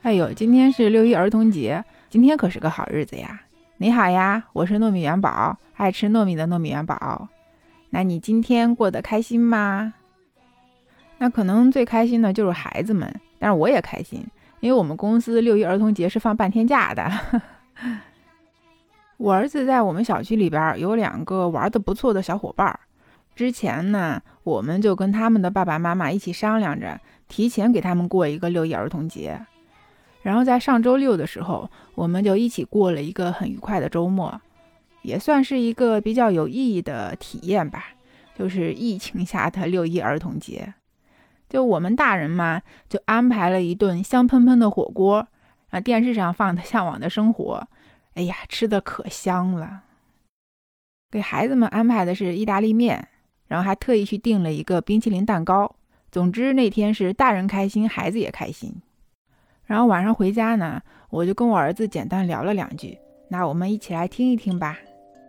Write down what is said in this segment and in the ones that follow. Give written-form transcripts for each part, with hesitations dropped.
哎呦，今天是6·1儿童节，今天可是个好日子呀！你好呀，我是糯米元宝，爱吃糯米的糯米元宝。那你今天过得开心吗？那可能最开心的就是孩子们，但是我也开心，因为我们公司6·1儿童节是放半天假的。我儿子在我们小区里边有2个玩得不错的小伙伴，之前呢，我们就跟他们的爸爸妈妈一起商量着，提前给他们过一个6·1儿童节。然后在上周六的时候，我们就一起过了一个很愉快的周末，也算是一个比较有意义的体验吧，就是疫情下的6·1儿童节。就我们大人嘛，就安排了一顿香喷喷的火锅，电视上放的《向往的生活》，哎呀，吃的可香了。给孩子们安排的是意大利面，然后还特意去订了一个冰淇淋蛋糕。总之那天是大人开心，孩子也开心。然后晚上回家呢，我就跟我儿子简单聊了2句，那我们一起来听一听吧。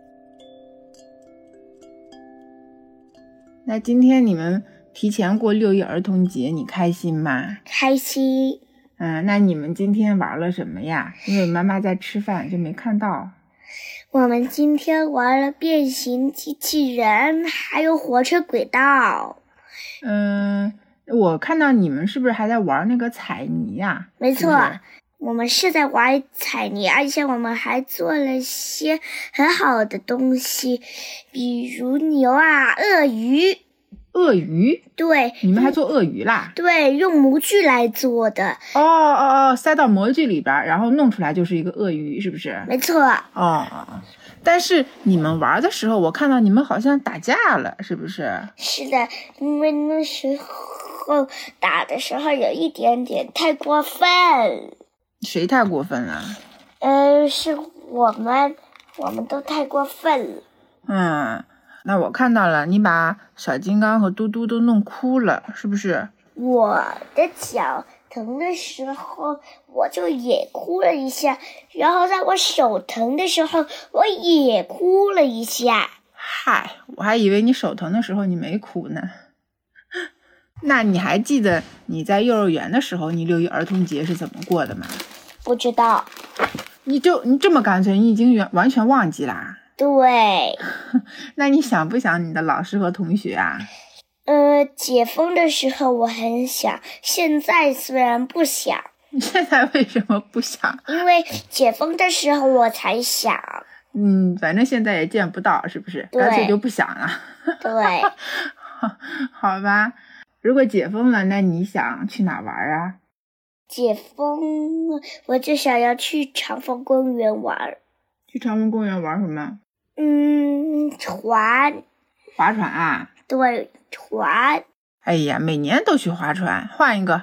那今天你们提前过6·1儿童节，你开心吗？ 开心。 那你们今天玩了什么呀？因为妈妈在吃饭就没看到。 我们今天玩了变形机器人，还有火车轨道。 我看到你们是不是还在玩那个彩泥呀？ 没错， 是不是？ 我们是在玩彩泥，而且我们还做了些很好的东西，比如牛啊、鳄鱼。 鳄鱼？ 对， 你们还做鳄鱼啦？ 对，用模具来做的。 塞到模具里边，然后弄出来就是一个鳄鱼，是不是？ 没错。 但是你们玩的时候，我看到你们好像打架了，是不是？ 是的，因为那时候打的时候有一点点太过分。 谁太过分了？ 是我们都太过分了。 那我看到了，你把小金刚和嘟嘟都弄哭了，是不是？我的脚疼的时候，我就也哭了一下，然后在我手疼的时候，我也哭了一下。 嗨，我还以为你手疼的时候你没哭呢。那你还记得你在幼儿园的时候，你6·1儿童节是怎么过的吗？ 不知道。 你这么干脆，你已经完全忘记啦？ 对。 那你想不想你的老师和同学啊？ 解封的时候我很想，现在虽然不想。 你现在为什么不想？ 因为解封的时候我才想。 反正现在也见不到，是不是？干脆就不想了。 对。 好吧，如果解封了，那你想去哪玩啊？ 解封了，我就想要去长风公园玩。 去长风公园玩什么？ 船。 划船啊？ 对，船。 哎呀，每年都去划船，换一个。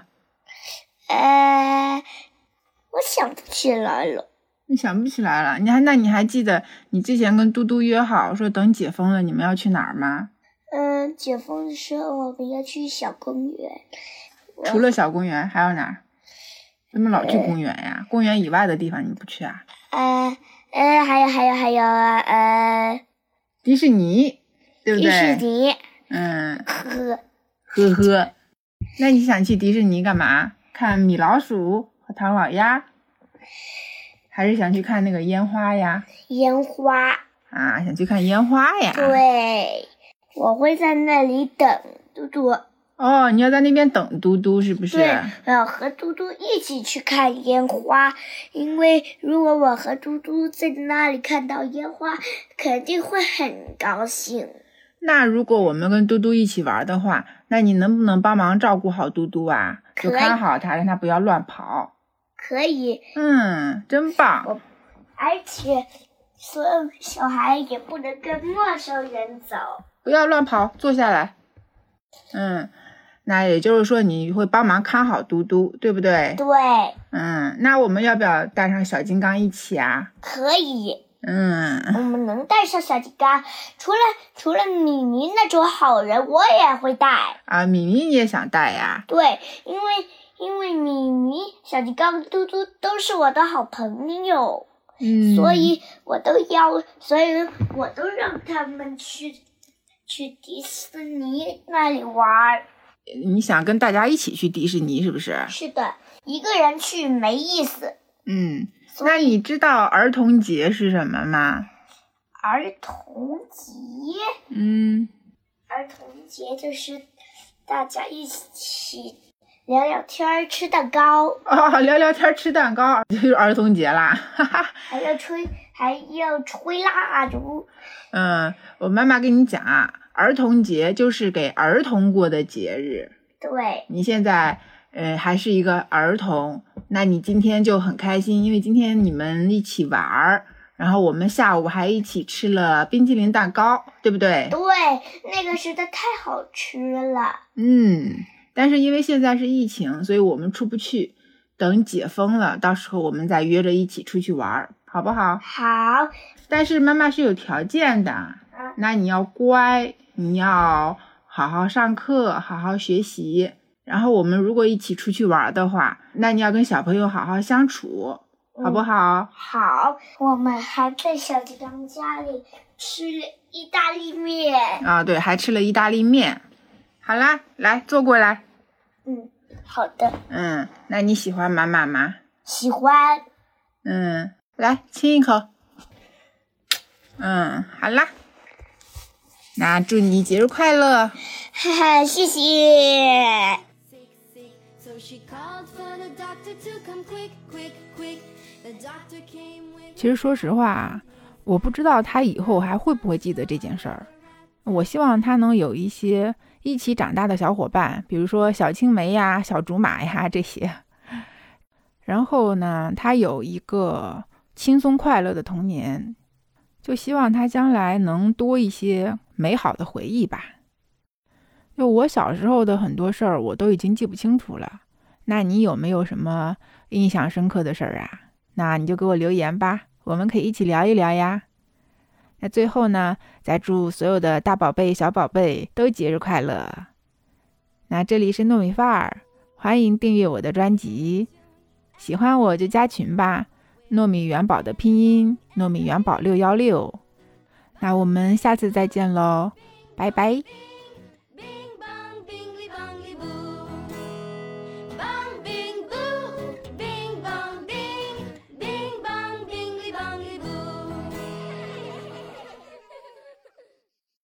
我想不起来了。 你想不起来了？那你还记得你之前跟嘟嘟约好说等解封了你们要去哪儿吗？ 解封的时候我们要去小公园。 除了小公园还有哪儿？怎么老去公园呀？公园以外的地方你不去啊？ 还有迪士尼，对不对？ 迪士尼。 呵呵。那你想去迪士尼干嘛？看米老鼠和唐老鸭，还是想去看那个烟花呀？ 烟花啊，想去看烟花呀？ 对，我会在那里等嘟嘟。 你要在那边等嘟嘟是不是？ 对，我要和嘟嘟一起去看烟花，因为如果我和嘟嘟在那里看到烟花，肯定会很高兴。 那如果我们跟嘟嘟一起玩的话，那你能不能帮忙照顾好嘟嘟啊？就看好他，让他不要乱跑。 可以。 真棒。 而且所有小孩也不能跟陌生人走。 不要乱跑，坐下来。那也就是说你会帮忙看好嘟嘟，对不对？ 对。 那我们要不要带上小金刚一起啊？ 可以。我们能带上小金刚，除了米米那种好人，我也会带。 米米你也想带呀？ 对，因为米米、小金刚、嘟嘟都是我的好朋友，所以我都让他们去迪士尼那里玩。 你想跟大家一起去迪士尼是不是？ 是的，一个人去没意思。 那你知道儿童节是什么吗？ 儿童节？儿童节就是大家一起聊聊天吃蛋糕。 聊聊天吃蛋糕就是儿童节啦。 还要吹蜡烛。 我妈妈跟你讲啊，儿童节就是给儿童过的节日。 对， 你现在还是一个儿童，那你今天就很开心，因为今天你们一起玩，然后我们下午还一起吃了冰淇淋蛋糕，对不对？ 对，那个实在太好吃了。 但是因为现在是疫情，所以我们出不去，等解封了，到时候我们再约着一起出去玩，好不好？ 好。 但是妈妈是有条件的，那你要乖，你要好好上课，好好学习，然后我们如果一起出去玩的话，那你要跟小朋友好好相处，好不好？ 好，我们还在小鸡刚家里吃了意大利面。 对，还吃了意大利面。好啦，来坐过来。 好的。 那你喜欢妈妈吗？ 喜欢。 来亲一口。好啦，那祝你节日快乐。 谢谢。 其实说实话，我不知道他以后还会不会记得这件事儿。我希望他能有一些一起长大的小伙伴，比如说小青梅呀、小竹马呀这些。然后呢，他有一个轻松快乐的童年，就希望他将来能多一些美好的回忆吧。就我小时候的很多事儿我都已经记不清楚了，那你有没有什么印象深刻的事儿啊？那你就给我留言吧，我们可以一起聊一聊呀。那最后呢，再祝所有的大宝贝小宝贝都节日快乐。那这里是糯米范儿，欢迎订阅我的专辑，喜欢我就加群吧，糯米元宝的拼音糯米元宝616。那我们下次再见咯，拜拜。